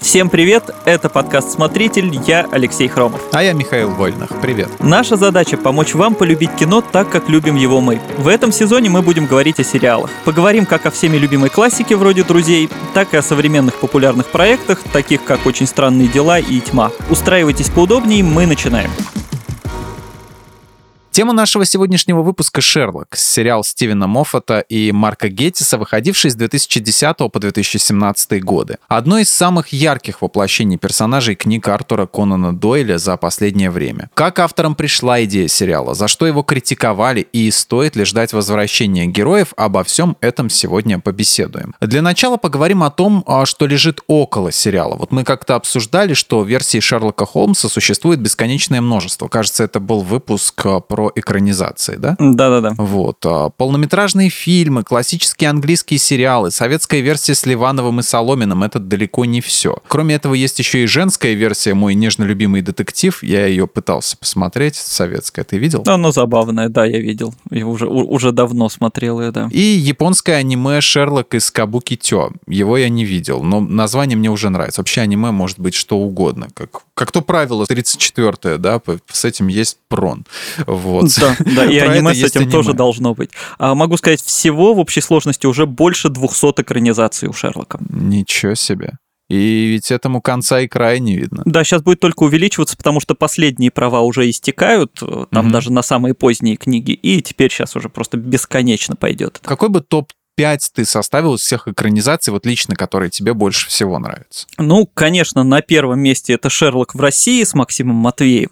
Всем привет, это подкаст «Смотритель», я Алексей Хромов. А я Михаил Вольных, привет. Наша задача — помочь вам полюбить кино так, как любим его мы. В этом сезоне мы будем говорить о сериалах. Поговорим как о всеми любимой классике вроде «Друзей», так и о современных популярных проектах, таких как «Очень странные дела» и «Тьма». Устраивайтесь поудобнее, мы начинаем. Тема нашего сегодняшнего выпуска — «Шерлок», сериал Стивена Моффата и Марка Геттиса, выходивший с 2010 по 2017 годы. Одно из самых ярких воплощений персонажей книг Артура Конана Дойля за последнее время. Как авторам пришла идея сериала, за что его критиковали и стоит ли ждать возвращения героев, обо всем этом сегодня побеседуем. Для начала поговорим о том, что лежит около сериала. Вот мы как-то обсуждали, что версий Шерлока Холмса существует бесконечное множество. Кажется, это был выпуск про экранизации, да? Да-да-да. Вот. Полнометражные фильмы, классические английские сериалы, советская версия с Ливановым и Соломиным — это далеко не все. Кроме этого, есть еще и женская версия «Мой нежно любимый детектив». Я ее пытался посмотреть, советская. Ты видел? Она забавная, да, я видел. Я уже давно смотрел ее, да. И японское аниме «Шерлок» из Кабуки Тё. Его я не видел, но название мне уже нравится. Вообще аниме может быть что угодно. Как то правило 34-е, да, с этим есть прон. Вот. Да, и аниме с этим тоже должно быть. Могу сказать, всего в общей сложности уже больше 200 экранизаций у Шерлока. Ничего себе. И ведь этому конца и края не видно. Да, сейчас будет только увеличиваться, потому что последние права уже истекают, там даже на самые поздние книги, и теперь сейчас уже просто бесконечно пойдет. Какой бы топ-5 ты составил из всех экранизаций, вот лично, которые тебе больше всего нравятся? Ну, конечно, на первом месте это «Шерлок в России» с Максимом Матвеевым.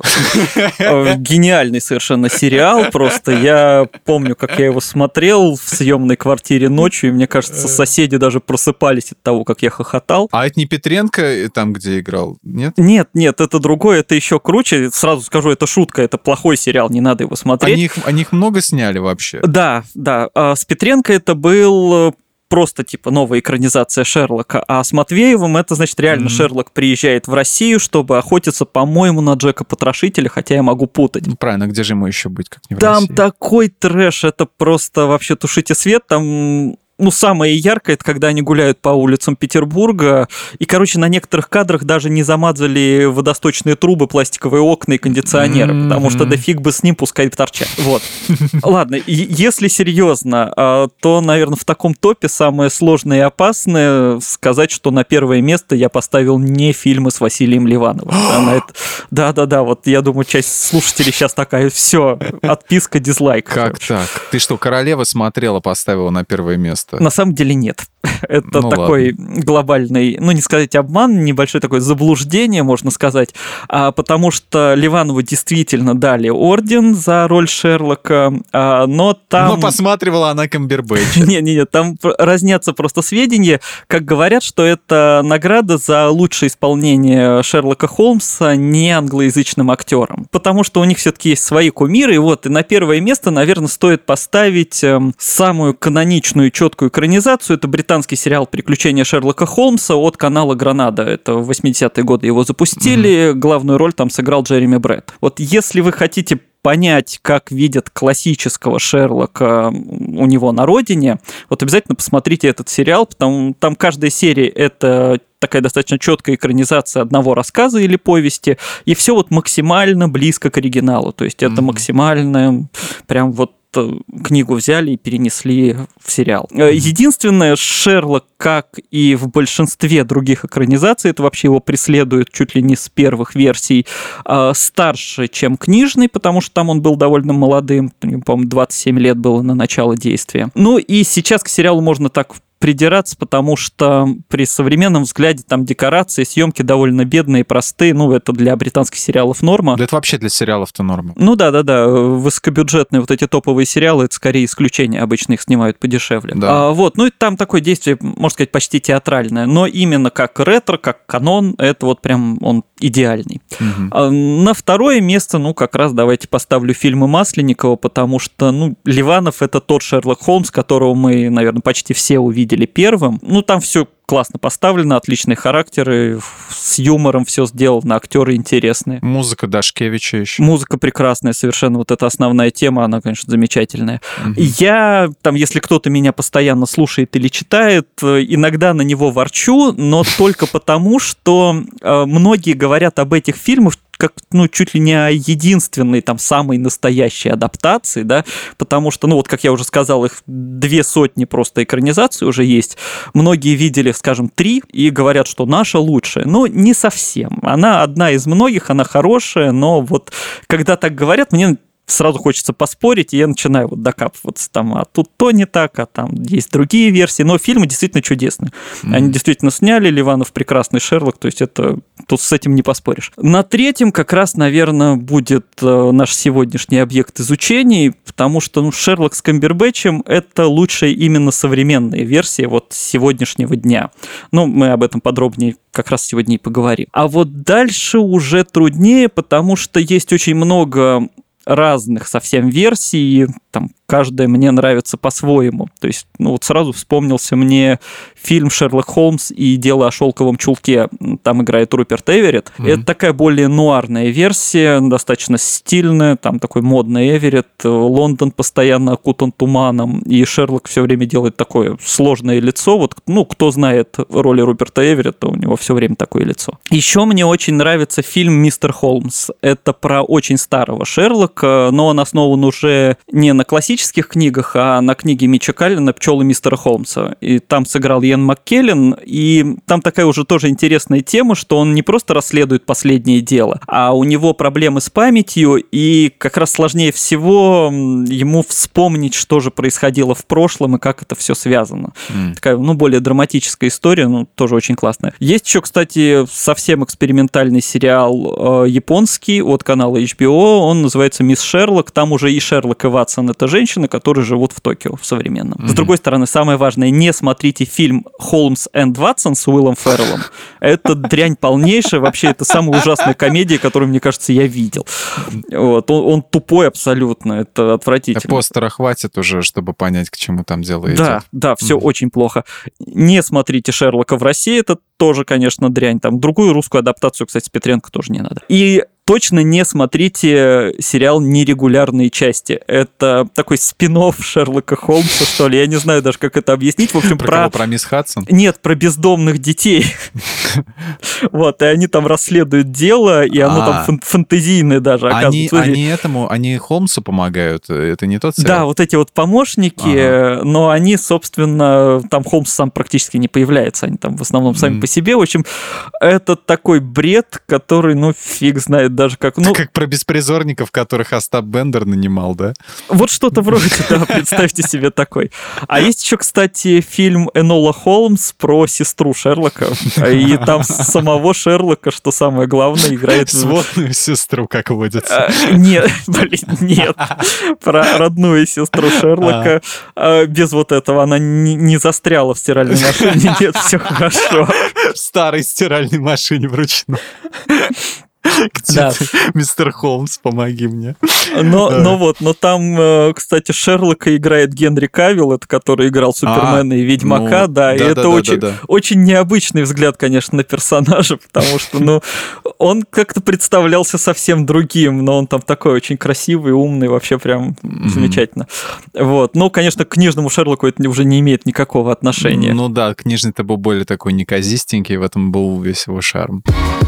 Гениальный совершенно сериал, просто я помню, как я его смотрел в съемной квартире ночью, и мне кажется, соседи даже просыпались от того, как я хохотал. А это не Петренко там, где играл, нет? Нет, это другое, это еще круче. Сразу скажу, это шутка, это плохой сериал, не надо его смотреть. Они их много сняли вообще? Да. С Петренко это был просто типа новая экранизация Шерлока, а с Матвеевым это, значит, реально Шерлок приезжает в Россию, чтобы охотиться, по-моему, на Джека Потрошителя, хотя я могу путать. Правильно, где же ему еще быть, как не в Там России? такой трэш, это просто вообще тушите свет, там... Ну, самое яркое, это когда они гуляют по улицам Петербурга, и, короче, на некоторых кадрах даже не замазали водосточные трубы, пластиковые окна и кондиционеры, потому что да фиг бы с ним, пускай торчат. Вот. Ладно, если серьезно, то, наверное, в таком топе самое сложное и опасное сказать, что на первое место я поставил не фильмы с Василием Ливановым. Да, вот я думаю, часть слушателей сейчас такая, все, отписка, дизлайк. Как так? Ты что, «Королева» смотрела, поставила на первое место? На самом деле нет. Это такой глобальный, не сказать обман, небольшое такое заблуждение, можно сказать, потому что Ливанову действительно дали орден за роль Шерлока, но там... Но посматривала она Камбербэтча. Не, там разнятся просто сведения, как говорят, что это награда за лучшее исполнение Шерлока Холмса не англоязычным актером, потому что у них все-таки есть свои кумиры, и на первое место, наверное, стоит поставить самую каноничную, четкую экранизацию, это британский сериал «Приключения Шерлока Холмса» от канала «Гранада». Это в 80-е годы его запустили. Главную роль там сыграл Джереми Бретт. Вот если вы хотите понять, как видят классического Шерлока у него на родине, вот обязательно посмотрите этот сериал, потому что там каждая серия — это такая достаточно четкая экранизация одного рассказа или повести, и все максимально близко к оригиналу. То есть это максимально прям книгу взяли и перенесли в сериал. Единственное, Шерлок, как и в большинстве других экранизаций, это вообще его преследует чуть ли не с первых версий, старше, чем книжный, потому что там он был довольно молодым, по-моему, 27 лет было на начало действия. Ну и сейчас к сериалу можно так придираться, потому что при современном взгляде там декорации, съемки довольно бедные, простые. Это для британских сериалов норма. Да это вообще для сериалов-то норма. Да. Высокобюджетные эти топовые сериалы — это скорее исключение. Обычно их снимают подешевле. Да. И там такое действие, можно сказать, почти театральное. Но именно как ретро, как канон, это прям он идеальный. На второе место, как раз давайте поставлю фильмы Масленникова, потому что, Ливанов — это тот Шерлок Холмс, которого мы, наверное, почти все увидели первым. Там все классно поставлено, отличные характеры, с юмором все сделано, актеры интересные. Музыка Дашкевича еще. Музыка прекрасная совершенно, вот эта основная тема, она, конечно, замечательная. Я, если кто-то меня постоянно слушает или читает, иногда на него ворчу, но только потому, что многие говорят об этих фильмах как, чуть ли не о единственной, самой настоящей адаптации, да, потому что, как я уже сказал, их 200 просто экранизаций уже есть. Многие видели, скажем, 3 и говорят, что наша лучшая. Но не совсем. Она одна из многих, она хорошая, но вот когда так говорят, мне сразу хочется поспорить, и я начинаю докапываться а тут то не так, а там есть другие версии, но фильмы действительно чудесные. Они действительно сняли, Ливанов прекрасный Шерлок, то есть это тут с этим не поспоришь. На 3-м как раз, наверное, будет наш сегодняшний объект изучений, потому что Шерлок с Камбербэтчем — это лучшая именно современная версия сегодняшнего дня. Мы об этом подробнее как раз сегодня и поговорим. А вот дальше уже труднее, потому что есть очень много разных совсем версий, каждая мне нравится по-своему. То есть, сразу вспомнился мне фильм «Шерлок Холмс и дело о шелковом чулке». Там играет Руперт Эверетт. Это такая более нуарная версия, достаточно стильная, там такой модный Эверетт. Лондон постоянно окутан туманом, и Шерлок все время делает такое сложное лицо. Кто знает роли Руперта Эверетта, у него все время такое лицо. Еще мне очень нравится фильм «Мистер Холмс». Это про очень старого Шерлока, но он основан уже не на классических книгах, а на книге Митча Каллена «Пчелы мистера Холмса». И там сыграл Иэн Маккеллен, и там такая уже тоже интересная тема, что он не просто расследует последнее дело, а у него проблемы с памятью, и как раз сложнее всего ему вспомнить, что же происходило в прошлом и как это все связано. Такая, более драматическая история, тоже очень классная. Есть еще, кстати, совсем экспериментальный сериал японский от канала HBO, он называется «Мисс Шерлок», там уже и Шерлок, и Ватсон — это женщины, которые живут в Токио, в современном. С другой стороны, самое важное, не смотрите фильм «Холмс энд Ватсон» с Уиллом Ферреллом. Это дрянь полнейшая, вообще это самая ужасная комедия, которую, мне кажется, я видел. Он тупой абсолютно, это отвратительно. Постера хватит уже, чтобы понять, к чему там дело идет. Да, все очень плохо. Не смотрите «Шерлока» в России, это тоже, конечно, дрянь. Другую русскую адаптацию, кстати, с Петренко тоже не надо. И точно не смотрите сериал «Нерегулярные части». Это такой спин-офф Шерлока Холмса, что ли. Я не знаю даже, как это объяснить. В общем, про кого? Про мисс Хадсон? Нет, про бездомных детей. И они там расследуют дело, и оно там фантазийное даже, оказывается. Они Холмсу помогают? Это не тот Да, сериал? эти помощники, но они, собственно, там Холмс сам практически не появляется. Они там в основном сами по себе. В общем, это такой бред, который, фиг знает даже как... Как про беспризорников, которых Остап Бендер нанимал, да? Вот что-то вроде, да, представьте себе такой. А есть еще, кстати, фильм Энола Холмс про сестру Шерлока, и там самого Шерлока, что самое главное, играет... Сводную сестру, как водится. Нет, про родную сестру Шерлока. Без этого она не застряла в стиральной машине, нет, все хорошо. В старой стиральной машине вручную. Где ты, мистер Холмс, помоги мне. Но там, кстати, Шерлока играет Генри Кавилл, это который играл Супермена и Ведьмака, и это очень необычный взгляд, конечно, на персонажа, потому что, он как-то представлялся совсем другим, но он там такой очень красивый, умный, вообще прям замечательно. Но, конечно, к книжному Шерлоку это уже не имеет никакого отношения. Книжный-то был более такой неказистенький, в этом был весь его шарм.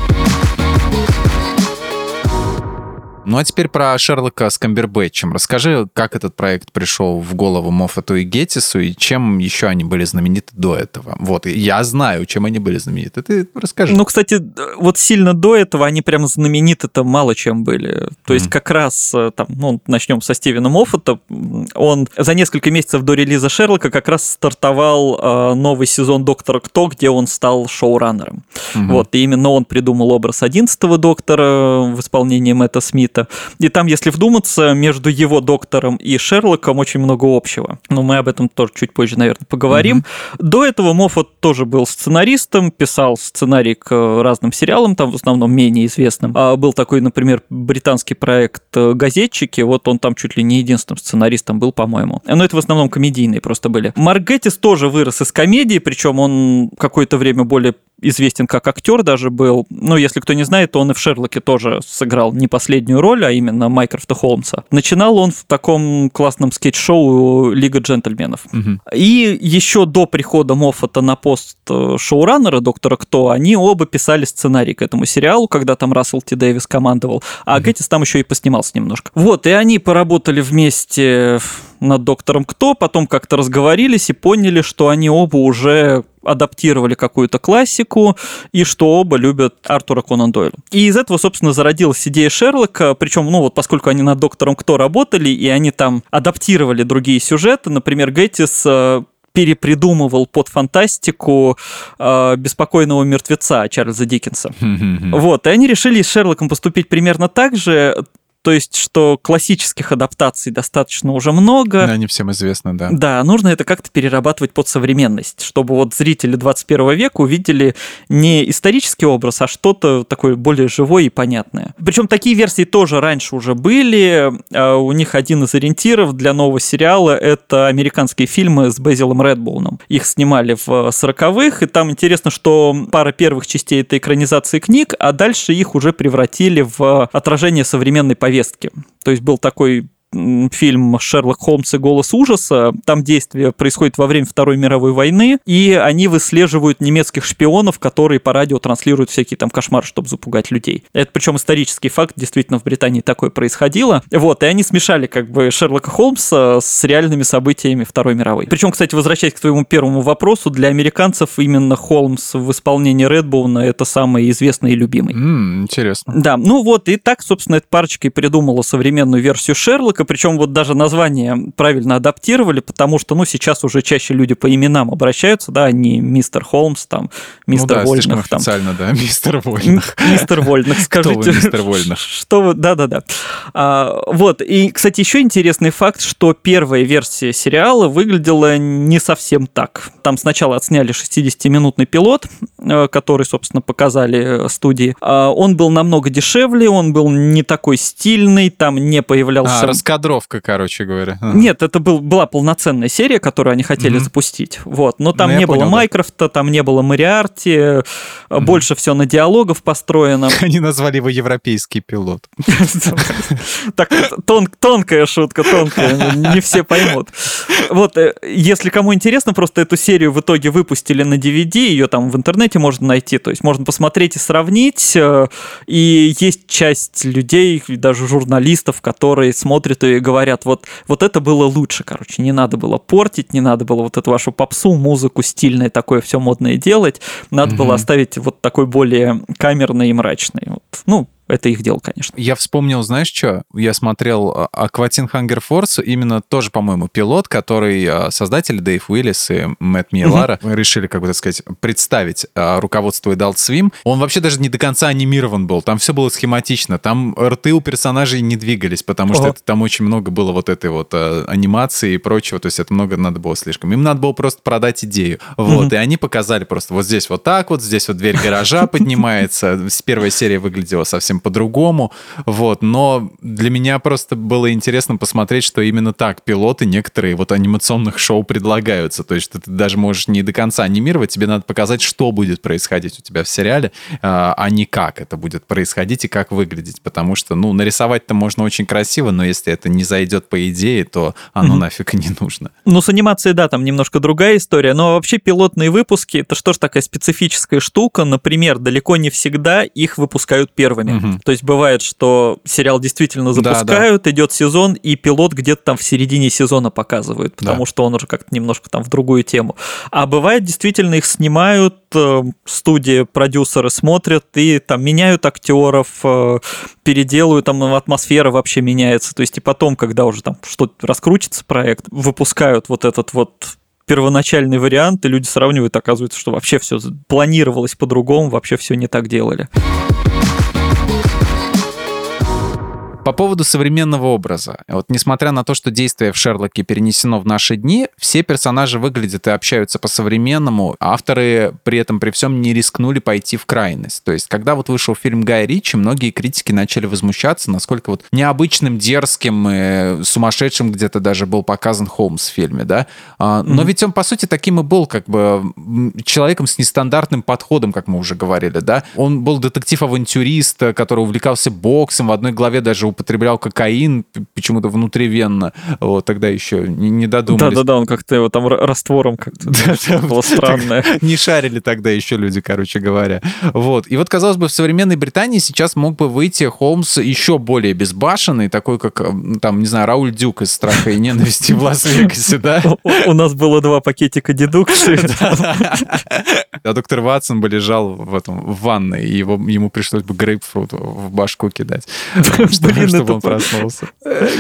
А теперь про Шерлока с Камбербэтчем. Расскажи, как этот проект пришел в голову Моффату и Геттису, и чем еще они были знамениты до этого. Я знаю, чем они были знамениты. Ты расскажи. Кстати, сильно до этого они прям знамениты-то мало чем были. То есть как раз, начнем со Стивена Моффата, он за несколько месяцев до релиза Шерлока как раз стартовал новый сезон «Доктора Кто», где он стал шоураннером. И именно он придумал образ 11-го доктора в исполнении Мэтта Смита. И там, если вдуматься, между его доктором и Шерлоком очень много общего. Но мы об этом тоже чуть позже, наверное, поговорим. До этого Моффат тоже был сценаристом, писал сценарий к разным сериалам, там в основном менее известным. Был такой, например, британский проект «Газетчики», он там чуть ли не единственным сценаристом был, по-моему. Но это в основном комедийные просто были. Марк Геттис тоже вырос из комедии, причем он какое-то время более известен как актер даже был. Ну, если кто не знает, то он и в «Шерлоке» тоже сыграл не последнюю роль, а именно Майкрофта Холмса. Начинал он в таком классном скетч-шоу «Лига джентльменов». И еще до прихода Моффата на пост шоураннера «Доктора Кто» они оба писали сценарий к этому сериалу, когда там Рассел Т. Дэвис командовал, а Гэттис там еще и поснимался немножко. Вот, и они поработали вместе над «Доктором Кто», потом как-то разговорились и поняли, что они оба уже адаптировали какую-то классику, и что оба любят Артура Конан Дойла. И из этого, собственно, зародилась идея Шерлока, причем, ну вот, поскольку они над «Доктором Кто» работали, и они там адаптировали другие сюжеты, например, Гэттис перепридумывал под фантастику «Беспокойного мертвеца» Чарльза Диккенса. Вот, и они решили с Шерлоком поступить примерно так же. То есть, что классических адаптаций достаточно уже много. Да, они всем известны, да. Да, нужно это как-то перерабатывать под современность, чтобы вот зрители 21 века увидели не исторический образ, а что-то такое более живое и понятное. Причем такие версии тоже раньше уже были. У них один из ориентиров для нового сериала – это американские фильмы с Безилом Редбоуном. Их снимали в 40-х, и там интересно, что пара первых частей – это экранизации книг, а дальше их уже превратили в отражение современной повестки. То есть был такой фильм «Шерлок Холмс и голос ужаса». Там действие происходит во время Второй мировой войны, и они выслеживают немецких шпионов, которые по радио транслируют всякие там кошмары, чтобы запугать людей. Это причем исторический факт, действительно в Британии такое происходило. Вот, и они смешали как бы Шерлока Холмса с реальными событиями Второй мировой. Причем, кстати, возвращаясь к твоему первому вопросу, для американцев именно Холмс в исполнении Редбоуна это самый известный и любимый. Интересно. Да, ну вот, и так, собственно, эта парочка и придумала современную версию Шерлока, причем вот даже название правильно адаптировали, потому что, ну, сейчас уже чаще люди по именам обращаются, да, не мистер Холмс, там, мистер Вольных. Слишком официально, да, мистер Вольных. Мистер Вольных, скажите. Кто вы, мистер Вольных? Что вы, да-да-да. Вот, и, кстати, еще интересный факт, что первая версия сериала выглядела не совсем так. Там сначала отсняли 60-минутный пилот, который, собственно, показали студии. Он был намного дешевле, он был не такой стильный, там не появлялся... Раскадровка, короче говоря. Нет, это была полноценная серия, которую они хотели запустить. Вот. Но там не было Майкрофта, там не было Мориарти, больше все на диалогов построено. Они назвали его «Европейский пилот». Так, тонкая шутка, тонкая, не все поймут. Вот, если кому интересно, просто эту серию в итоге выпустили на DVD, ее там в интернете можно найти, то есть можно посмотреть и сравнить, и есть часть людей, даже журналистов, которые смотрят и говорят, вот это было лучше, короче, не надо было портить, не надо было вот эту вашу попсу, музыку стильное такое все модное делать, надо было оставить вот такой более камерный и мрачный. Вот. Ну, это их дело, конечно. Я вспомнил, знаешь что? Я смотрел Aquatine Hunger Force, именно тоже, по-моему, пилот, который создатели Дэйв Уиллис и Мэтт Миеллара решили, как бы так сказать, представить руководству Adult Swim. Он вообще даже не до конца анимирован был, там все было схематично, там рты у персонажей не двигались, потому что там очень много было вот этой вот анимации и прочего, то есть это много надо было слишком. Им надо было просто продать идею. Вот, и они показали просто вот здесь вот так вот, здесь вот дверь гаража поднимается, первая серия выглядела совсем по-другому, вот, но для меня просто было интересно посмотреть, что именно так пилоты некоторые вот анимационных шоу предлагаются, то есть ты даже можешь не до конца анимировать, тебе надо показать, что будет происходить у тебя в сериале, а не как это будет происходить и как выглядеть, потому что, ну, нарисовать-то можно очень красиво, но если это не зайдет по идее, то оно нафиг и не нужно. Ну, с анимацией, да, там немножко другая история, но вообще пилотные выпуски, это что ж такая специфическая штука, например, далеко не всегда их выпускают первыми. То есть бывает, что сериал действительно запускают, идет сезон, и пилот где-то там в середине сезона показывают, потому что он уже как-то немножко там в другую тему. А бывает, действительно их снимают, студии, продюсеры смотрят и там меняют актеров, переделывают, там атмосфера вообще меняется. То есть и потом, когда уже там что-то раскрутится проект, выпускают вот этот вот первоначальный вариант, и люди сравнивают, оказывается, что вообще все планировалось по-другому, вообще все не так делали. По поводу современного образа. Вот, несмотря на то, что действие в Шерлоке перенесено в наши дни, все персонажи выглядят и общаются по-современному. Авторы при этом, при всем, не рискнули пойти в крайность. То есть, когда вот вышел фильм Гая Ричи, многие критики начали возмущаться, насколько вот необычным, дерзким, сумасшедшим где-то даже был показан Холмс в фильме, да? Но ведь он, по сути, таким и был, как бы, человеком с нестандартным подходом, как мы уже говорили, да? Он был детектив-авантюрист, который увлекался боксом, в одной главе даже употреблял кокаин, почему-то внутривенно. Вот, тогда еще не додумались. Да-да-да, он как-то его там раствором как-то было странное. Не шарили тогда еще люди, короче говоря. Вот. И вот, казалось бы, в современной Британии сейчас мог бы выйти Холмс еще более безбашенный, такой, как, там, не знаю, Рауль Дюк из «Страха и ненависти» в Лас-Вегасе, да? У нас было 2 пакетика дедукции. А доктор Ватсон бы лежал в ванной, и ему пришлось бы грейпфрут в башку кидать, чтобы он проснулся.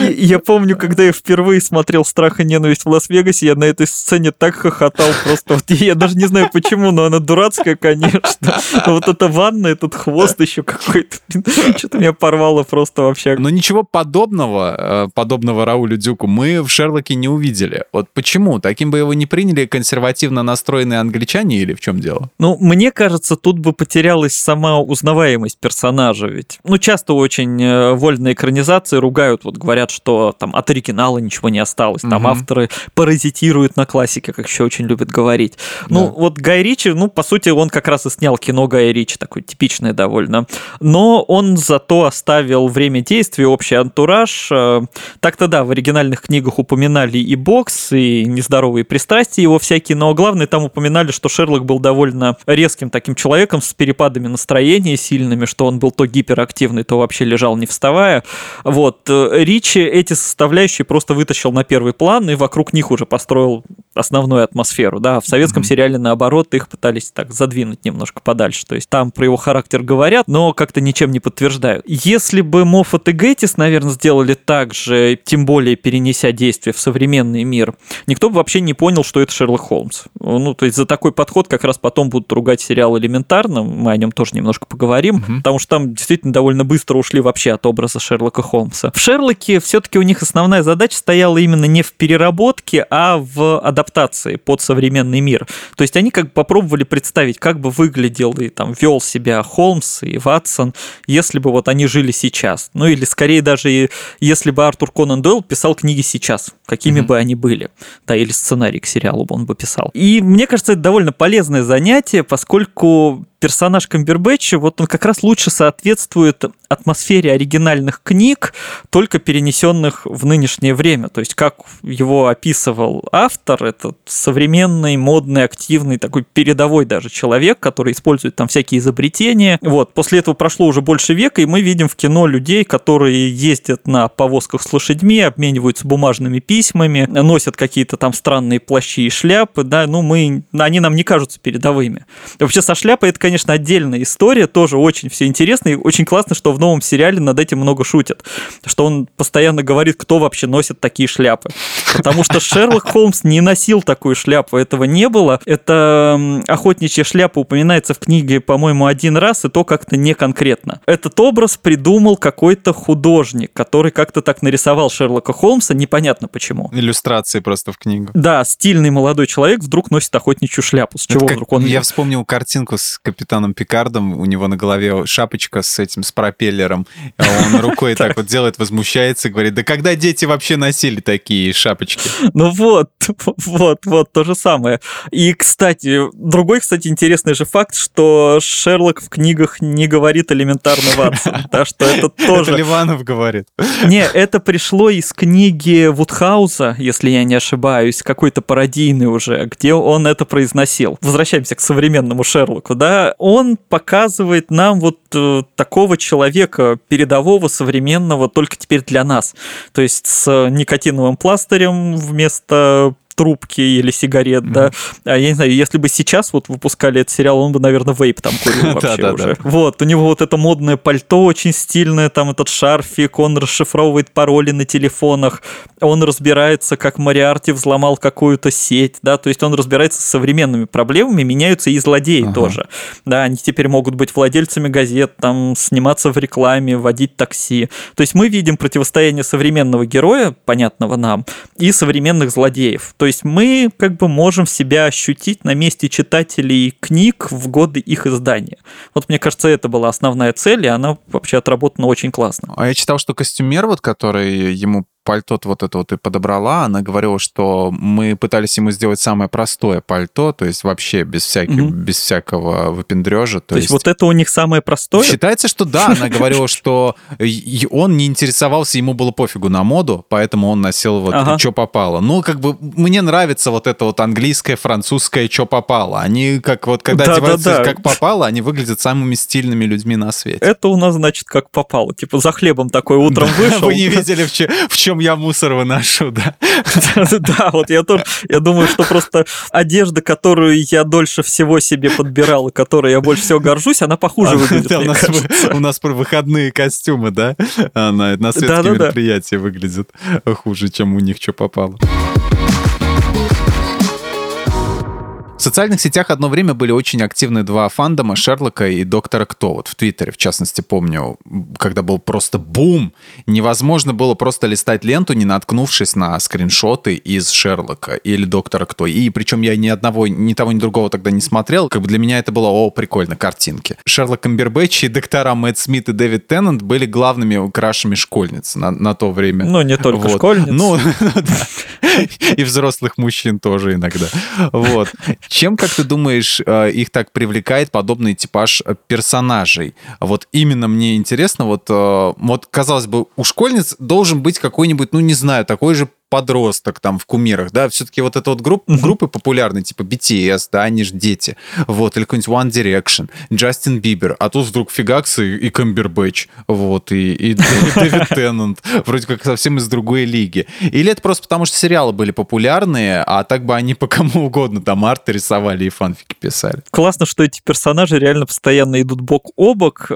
Я помню, когда я впервые смотрел «Страх и ненависть» в Лас-Вегасе, я на этой сцене так хохотал просто. Вот я даже не знаю почему, но она дурацкая, конечно. Но вот эта ванна, этот хвост еще какой-то. Что-то меня порвало просто вообще. Но ничего подобного Раулю Дюку мы в «Шерлоке» не увидели. Вот почему? Таким бы его не приняли консервативно настроенные англичане или в чем дело? Ну, мне кажется, тут бы потерялась сама узнаваемость персонажа ведь. Ну, часто очень вольные экранизации ругают, вот говорят, что там от оригинала ничего не осталось, там авторы паразитируют на классике, как еще очень любят говорить. Ну, вот Гай Ричи, ну, по сути, он как раз и снял кино Гая Ричи, такое типичное довольно. Но он зато оставил время действия, общий антураж. Так-то да, в оригинальных книгах упоминали и бокс, и нездоровые пристрастия его всякие, но главное, там упоминали, что Шерлок был довольно резким таким человеком с перепадами настроения сильными, что он был то гиперактивный, то вообще лежал не вставая. Вот. Ричи эти составляющие просто вытащил на первый план и вокруг них уже построил основную атмосферу. Да? В советском сериале, наоборот, их пытались так задвинуть немножко подальше. То есть там про его характер говорят, но как-то ничем не подтверждают. Если бы Моффат и Гэттис, наверное, сделали так же, тем более перенеся действие в современный мир, никто бы вообще не понял, что это Шерлок Холмс. Ну, то есть за такой подход как раз потом будут ругать сериал «Элементарно», мы о нем тоже немножко поговорим, потому что там действительно довольно быстро ушли вообще от образа Шерлока Холмса. В «Шерлоке» все-таки у них основная задача стояла именно не в переработке, а в адаптации под современный мир. То есть они как бы попробовали представить, как бы выглядел и там вел себя Холмс и Ватсон, если бы вот они жили сейчас. Ну или скорее даже если бы Артур Конан Дойл писал книги сейчас, какими бы они были. Да, или сценарий к сериалу бы он бы писал. И мне кажется, это довольно полезное занятие, поскольку персонаж Камбербэтча, вот он как раз лучше соответствует атмосфере оригинальных книг, только перенесенных в нынешнее время. То есть, как его описывал автор, это современный, модный, активный, такой передовой даже человек, который использует там всякие изобретения. Вот. После этого прошло уже больше века, и мы видим в кино людей, которые ездят на повозках с лошадьми, обмениваются бумажными письмами, носят какие-то там странные плащи и шляпы, да, они нам не кажутся передовыми. Вообще со шляпой это, конечно, отдельная история, тоже очень все интересно, и очень классно, что в новом сериале над этим много шутят, что он постоянно говорит, кто вообще носит такие шляпы, потому что Шерлок Холмс не носил такую шляпу, этого не было, это охотничья шляпа упоминается в книге, по-моему, один раз, и то как-то не конкретно. Этот образ придумал какой-то художник, который как-то так нарисовал Шерлока Холмса, непонятно почему. Иллюстрации просто в книгу. Да, стильный молодой человек вдруг носит охотничью шляпу, с чего вдруг он... Я вспомнил картинку с капитаном Пикардом, у него на голове шапочка с пропеллером, он рукой так вот делает, возмущается, говорит, да когда дети вообще носили такие шапочки? Ну вот, то же самое. И, кстати, другой, интересный же факт, что Шерлок в книгах не говорит элементарно Ватсон, да, что это тоже... Это Ливанов говорит. Не, это пришло из книги Вудхауза, если я не ошибаюсь, какой-то пародийный уже, где он это произносил. Возвращаемся к современному Шерлоку, да, он показывает нам вот такого человека передового, современного, только теперь для нас. То есть с никотиновым пластырем вместо трубки или сигарет, да. Я не знаю, если бы сейчас вот выпускали этот сериал, он бы, наверное, вейп там курил вообще уже. Вот, у него вот это модное пальто очень стильное, там этот шарфик, он расшифровывает пароли на телефонах, он разбирается, как Мориарти взломал какую-то сеть, да, то есть он разбирается с современными проблемами, меняются и злодеи тоже. Да, они теперь могут быть владельцами газет, там, сниматься в рекламе, водить такси. То есть мы видим противостояние современного героя, понятного нам, и современных злодеев. То есть мы как бы можем себя ощутить на месте читателей книг в годы их издания. Вот мне кажется, это была основная цель, и она вообще отработана очень классно. А я читал, что костюмер, вот, который ему пальто вот это вот и подобрала, она говорила, что мы пытались ему сделать самое простое пальто, то есть вообще без всякого выпендрежа. То есть вот это у них самое простое? Считается, что да. Она говорила, что он не интересовался, ему было пофигу на моду, поэтому он носил вот что попало. Ну, как бы мне нравится вот это вот английское, французское что попало. Они как вот, когда одеваются как попало, они выглядят самыми стильными людьми на свете. Это у нас, значит, как попало. Типа за хлебом такой утром вышел. Вы не видели, в чем я мусор выношу, да? Да, вот я думаю, что просто одежда, которую я дольше всего себе подбирал, и которой я больше всего горжусь, она похуже выглядит, мне кажется. У нас про выходные костюмы, да? На светские мероприятия выглядит хуже, чем у них что попало. В социальных сетях одно время были очень активны два фандома, Шерлока и Доктора Кто. Вот в Твиттере, в частности, помню, когда был просто бум, невозможно было просто листать ленту, не наткнувшись на скриншоты из Шерлока или Доктора Кто. И причем я ни того, ни другого тогда не смотрел. Как бы для меня это было, прикольно, картинки. Шерлок Камбербэтч и доктора Мэтт Смит и Дэвид Теннант были главными крашами школьниц на то время. Ну, не только школьниц. Ну, да. И взрослых мужчин тоже иногда. Вот. Чем, как ты думаешь, их так привлекает подобный типаж персонажей? Вот именно мне интересно, вот казалось бы, у школьниц должен быть какой-нибудь, ну не знаю, такой же подросток там в кумирах, да, все-таки вот это вот группы популярные, типа BTS, да, они же дети, вот, или какой-нибудь One Direction, Джастин Бибер, а тут вдруг фигакс и Камбербэтч, вот, и Дэвид Теннант, вроде как совсем из другой лиги. Или это просто потому, что сериалы были популярные, а так бы они по кому угодно там арты рисовали и фанфики писали. Классно, что эти персонажи реально постоянно идут бок о бок,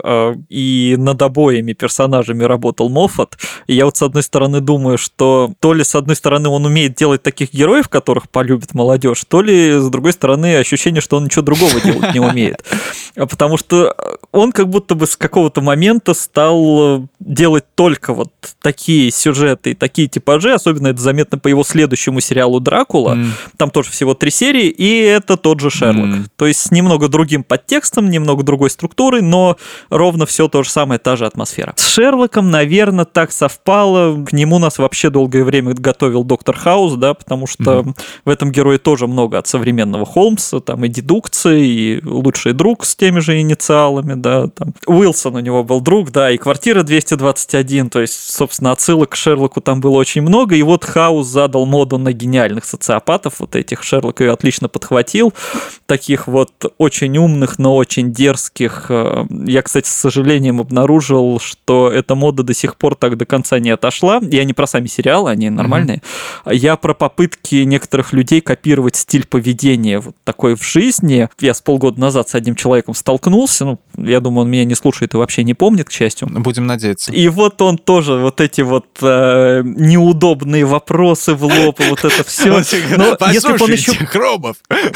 и над обоими персонажами работал Моффат. И я вот с одной стороны думаю, что то ли с одной стороны он умеет делать таких героев, которых полюбит молодежь, то ли с другой стороны ощущение, что он ничего другого делать не умеет. Потому что он как будто бы с какого-то момента стал делать только вот такие сюжеты и такие типажи, особенно это заметно по его следующему сериалу «Дракула». Там тоже всего 3 серии, и это тот же Шерлок. То есть с немного другим подтекстом, немного другой структурой, но ровно все то же самое, та же атмосфера. С Шерлоком, наверное, так совпало. К нему нас вообще долгое время готовил Доктор Хаус, да, потому что в этом герое тоже много от современного Холмса, там и дедукции, и лучший друг с теми же инициалами, да, там. Уилсон у него был друг, да, и квартира 221, то есть, собственно, отсылок к Шерлоку там было очень много, и вот Хаус задал моду на гениальных социопатов, вот этих Шерлок ее отлично подхватил, таких вот очень умных, но очень дерзких. Я, кстати, с сожалением обнаружил, что эта мода до сих пор так до конца не отошла. Я не про сами сериалы, они нормальные. Я про попытки некоторых людей копировать стиль поведения вот такой в жизни. Я с полгода назад с одним человеком столкнулся, ну, я думаю, он меня не слушает и вообще не помнит, к счастью. Будем надеяться. И вот он тоже вот эти вот неудобные вопросы в лоб, и вот это все. Но если бы он еще... Хромов!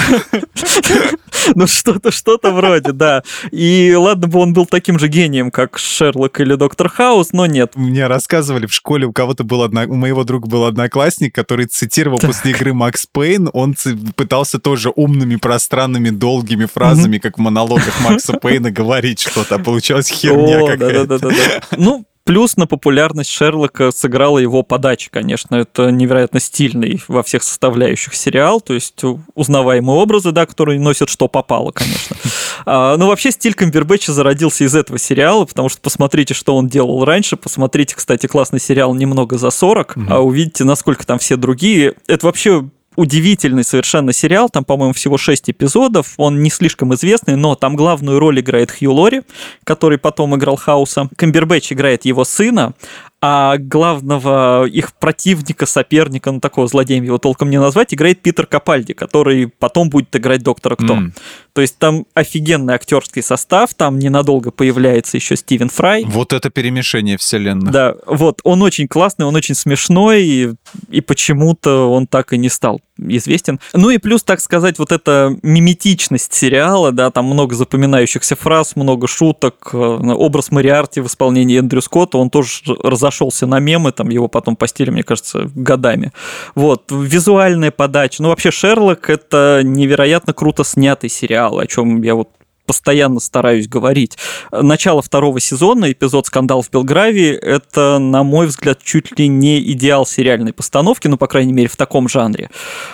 Ну, что-то вроде, да. И ладно бы он был таким же гением, как Шерлок или Доктор Хаус, но нет. Мне рассказывали в школе, у моего друга был одноклассник, который цитировал после игры Макс Пейн, он пытался тоже умными, пространными, долгими фразами, как в монологах Макса Пейна, говорить что-то, а получалась херня какая-то. Да. Ну, плюс на популярность Шерлока сыграла его подача, конечно. Это невероятно стильный во всех составляющих сериал, то есть узнаваемые образы, да, которые носят что попало, конечно. Но вообще стиль Камбербэтча зародился из этого сериала, потому что посмотрите, что он делал раньше, посмотрите, кстати, классный сериал «Немного за 40», а увидите, насколько там все другие. Это вообще... удивительный совершенно сериал, там, по-моему, всего 6 эпизодов, он не слишком известный, но там главную роль играет Хью Лори, который потом играл Хауса. Камбербэтч играет его сына, А главного их противника, соперника, ну такого злодеем его толком не назвать, играет Питер Капальди, который потом будет играть Доктора Кто. То есть там офигенный актерский состав, там ненадолго появляется еще Стивен Фрай. Вот это перемешение вселенных. Да, вот, он очень классный, он очень смешной, и почему-то он так и не стал известен. Ну и плюс, так сказать, вот эта миметичность сериала, да, там много запоминающихся фраз, много шуток, образ Мориарти в исполнении Эндрю Скотта, он тоже разошелся на мемы, там его потом постили, мне кажется, годами. Вот, визуальная подача, ну вообще Шерлок — это невероятно круто снятый сериал, о чем я вот постоянно стараюсь говорить. Начало второго сезона, эпизод «Скандал в Белгравии» — это, на мой взгляд, чуть ли не идеал сериальной постановки, ну, по крайней мере, в таком жанре.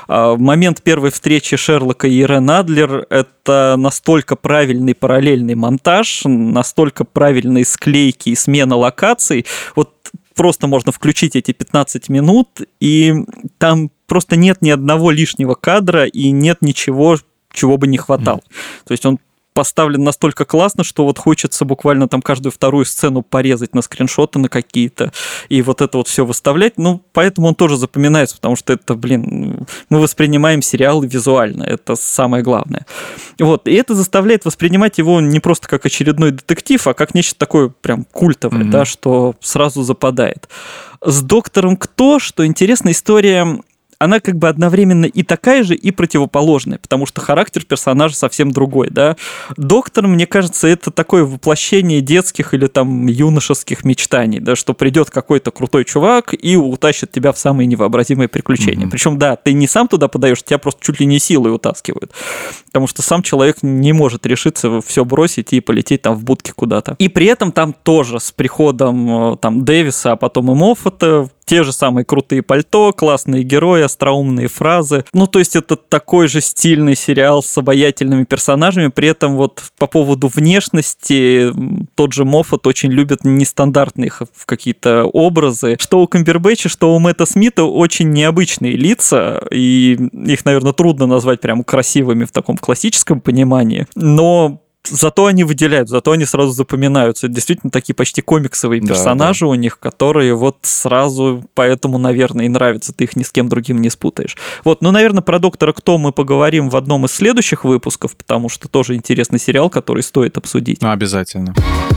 Момент первой встречи Шерлока и Ирен Адлер — это настолько правильный параллельный монтаж, настолько правильные склейки и смена локаций. Вот просто можно включить эти 15 минут, и там просто нет ни одного лишнего кадра, и нет ничего, чего бы не хватало. То есть он поставлен настолько классно, что вот хочется буквально там каждую вторую сцену порезать на скриншоты на какие-то, и вот это вот все выставлять. Ну, поэтому он тоже запоминается, потому что это, блин, мы воспринимаем сериалы визуально, это самое главное. Вот, и это заставляет воспринимать его не просто как очередной детектив, а как нечто такое прям культовое, да, что сразу западает. С «Доктором Кто», что интересная история, она как бы одновременно и такая же, и противоположная, потому что характер персонажа совсем другой, да. Доктор, мне кажется, это такое воплощение детских или там юношеских мечтаний, да, что придет какой-то крутой чувак и утащит тебя в самые невообразимые приключения. Причем, да, ты не сам туда подаешь, тебя просто чуть ли не силой утаскивают, потому что сам человек не может решиться все бросить и полететь там в будке куда-то. И при этом там тоже с приходом там Дэвиса, а потом и Моффата, те же самые крутые пальто, классные герои, остроумные фразы. Ну, то есть это такой же стильный сериал с обаятельными персонажами, при этом вот по поводу внешности тот же Моффат очень любит нестандартные какие-то образы. Что у Камбербэтча, что у Мэтта Смита очень необычные лица, и их, наверное, трудно назвать прям красивыми в таком классическом понимании, но зато они выделяют, зато они сразу запоминаются. Это действительно такие почти комиксовые персонажи у них, которые вот сразу поэтому, наверное, и нравятся. Ты их ни с кем другим не спутаешь. Вот, ну, наверное, про «Доктора Кто» мы поговорим в одном из следующих выпусков, потому что тоже интересный сериал, который стоит обсудить. Ну, обязательно.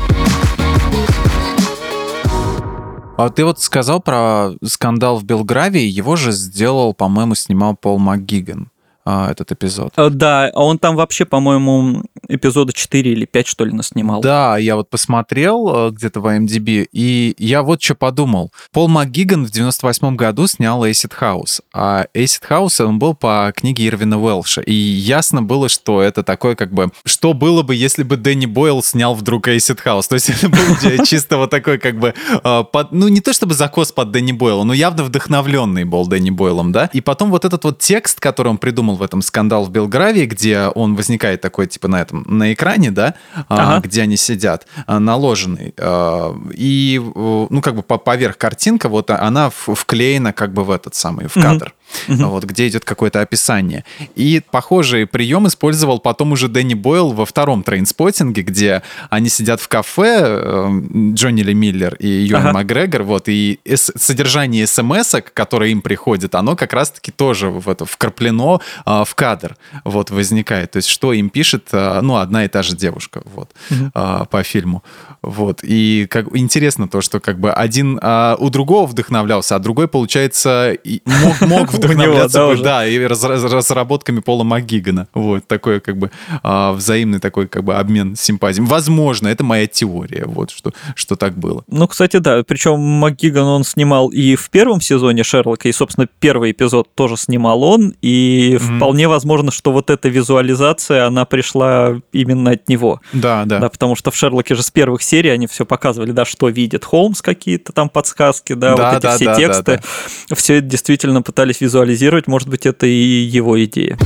А ты вот сказал про «Скандал в Белгравии», его же сделал, по-моему, снимал Пол МакГиган. Этот эпизод. Да, а он там вообще, по-моему, эпизода 4 или 5, что ли, наснимал. Да, я вот посмотрел где-то в IMDb, и я вот что подумал. Пол МакГиган в 98 году снял «Acid House», а «Acid House» он был по книге Ирвина Уэлша, и ясно было, что это такое как бы... Что было бы, если бы Дэнни Бойл снял вдруг «Acid House»? То есть это был чисто вот такой как бы... Ну, не то чтобы закос под Дэнни Бойла, но явно вдохновленный был Дэнни Бойлом, да? И потом вот этот вот текст, который он придумал в этом «Скандал в Белгравии», где он возникает такой, типа, на экране, да, где они сидят, наложенный. И, ну, как бы поверх картинка, вот она вклеена как бы в этот самый, в кадр. Вот, где идет какое-то описание. И похожий прием использовал потом уже Дэнни Бойл во втором «Трейнспоттинге», где они сидят в кафе, Джонни Ли Миллер и Юэн Макгрегор, вот, и содержание смс-ок, которые им приходят, оно как раз-таки тоже вкраплено в кадр, вот, возникает. То есть, что им пишет, ну, одна и та же девушка, вот, по фильму. Вот, и как интересно то, что как бы один у другого вдохновлялся, а другой, получается, мог вдохновляться, да, и разработками Пола МакГигана. Вот, такой как бы взаимный такой как бы обмен симпатией. Возможно, это моя теория, вот, что так было. Ну, кстати, да, причем МакГиган он снимал и в первом сезоне Шерлока, и, собственно, первый эпизод тоже снимал он, и вполне возможно, что вот эта визуализация, она пришла именно от него. Да. Да, потому что в Шерлоке же с первых серий они все показывали, да, что видит Холмс, какие-то там подсказки, да, вот эти все тексты. Все это действительно пытались визуализировать, может быть, это и его идея.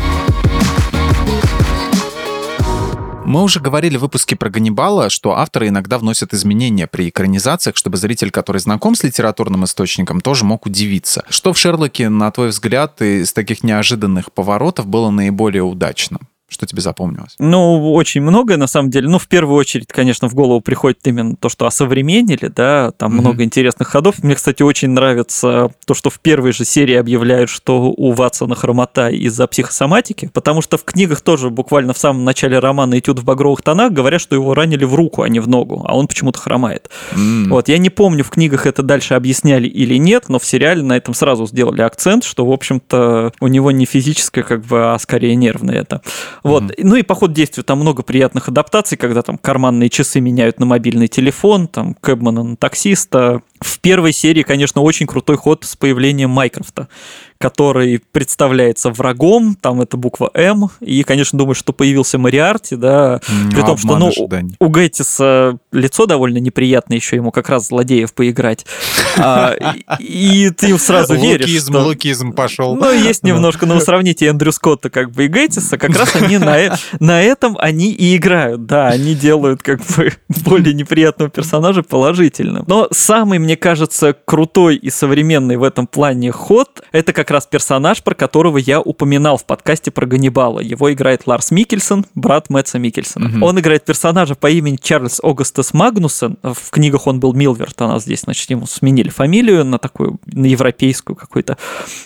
Мы уже говорили в выпуске про Ганнибала, что авторы иногда вносят изменения при экранизациях, чтобы зритель, который знаком с литературным источником, тоже мог удивиться. Что в «Шерлоке», на твой взгляд, из таких неожиданных поворотов было наиболее удачным? Что тебе запомнилось? Ну, очень многое, на самом деле. Ну, в первую очередь, конечно, в голову приходит именно то, что осовременили, да, там много интересных ходов. Мне, кстати, очень нравится то, что в первой же серии объявляют, что у Ватсона хромота из-за психосоматики, потому что в книгах тоже буквально в самом начале романа «Этюд в багровых тонах» говорят, что его ранили в руку, а не в ногу, а он почему-то хромает. Вот, я не помню, в книгах это дальше объясняли или нет, но в сериале на этом сразу сделали акцент, что, в общем-то, у него не физическое, как бы, а скорее нервное это. Вот. Ну и по ходу действия там много приятных адаптаций, когда там карманные часы меняют на мобильный телефон, там Кэбмана на таксиста. В первой серии, конечно, очень крутой ход с появлением Майкрофта, который представляется врагом, там это буква М, и, конечно, думаешь, что появился Мориарти, да, при том, что у Гэттиса лицо довольно неприятное, еще ему как раз злодеев поиграть, и ты сразу веришь, что... Лукизм пошел. Ну, есть немножко, но вы сравните Эндрю Скотта как бы и Гэттиса, как раз они на этом они и играют, да, они делают как бы более неприятного персонажа положительным. Но самый, мне кажется, крутой и современный в этом плане ход — это как раз персонаж, про которого я упоминал в подкасте про Ганнибала. Его играет Ларс Миккельсон, брат Мэтса Миккельсона. Он играет персонажа по имени Чарльз Огастес Магнусон. В книгах он был Милверт, у нас здесь, значит, ему сменили фамилию на такую, на европейскую какую-то.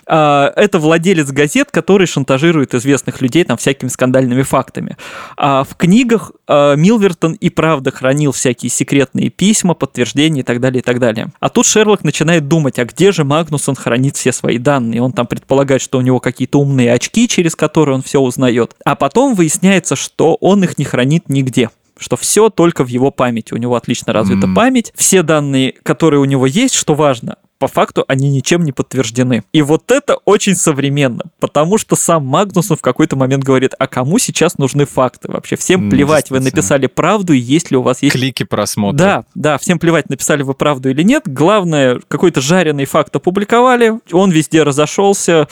Это владелец газет, который шантажирует известных людей там всякими скандальными фактами. А в книгах Милвертон и правда хранил всякие секретные письма, подтверждения и так далее, и так далее. А тут Шерлок начинает думать, а где же Магнусон хранит все свои данные? Он там предполагает, что у него какие-то умные очки, через которые он все узнает. А потом выясняется, что он их не хранит нигде. Что все только в его памяти. У него отлично развита память. Все данные, которые у него есть, что важно, по факту они ничем не подтверждены. И вот это очень современно, потому что сам Магнусон в какой-то момент говорит, а кому сейчас нужны факты вообще? Всем плевать, вы написали правду, и есть ли у вас есть... Клики, просмотры. Да, всем плевать, написали вы правду или нет. Главное, какой-то жареный факт опубликовали, он везде разошелся,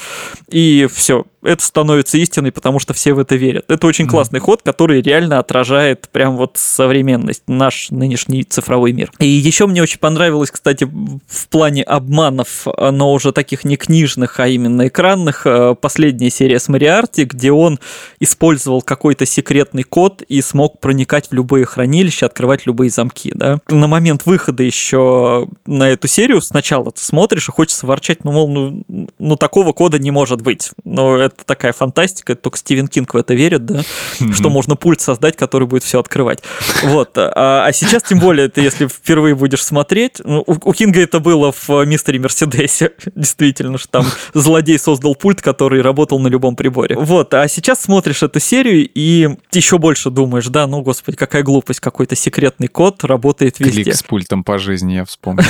и все. Это становится истиной, потому что все в это верят. Это очень классный ход, который реально отражает прям вот современность, наш нынешний цифровой мир. И еще мне очень понравилось, кстати, в плане обманов, но уже таких не книжных, а именно экранных, последняя серия с Мориарти, где он использовал какой-то секретный код и смог проникать в любые хранилища, открывать любые замки. Да? На момент выхода еще на эту серию сначала ты смотришь и хочется ворчать, ну такого кода не может быть. Но это такая фантастика, только Стивен Кинг в это верит, да, что можно пульт создать, который будет все открывать. Вот. А сейчас, тем более, ты если впервые будешь смотреть, у Кинга это было в «Мистере Мерседесе», действительно, что там злодей создал пульт, который работал на любом приборе. Вот. А сейчас смотришь эту серию и еще больше думаешь, да, ну, господи, какая глупость, какой-то секретный код работает везде. Клик с пультом по жизни, я вспомнил.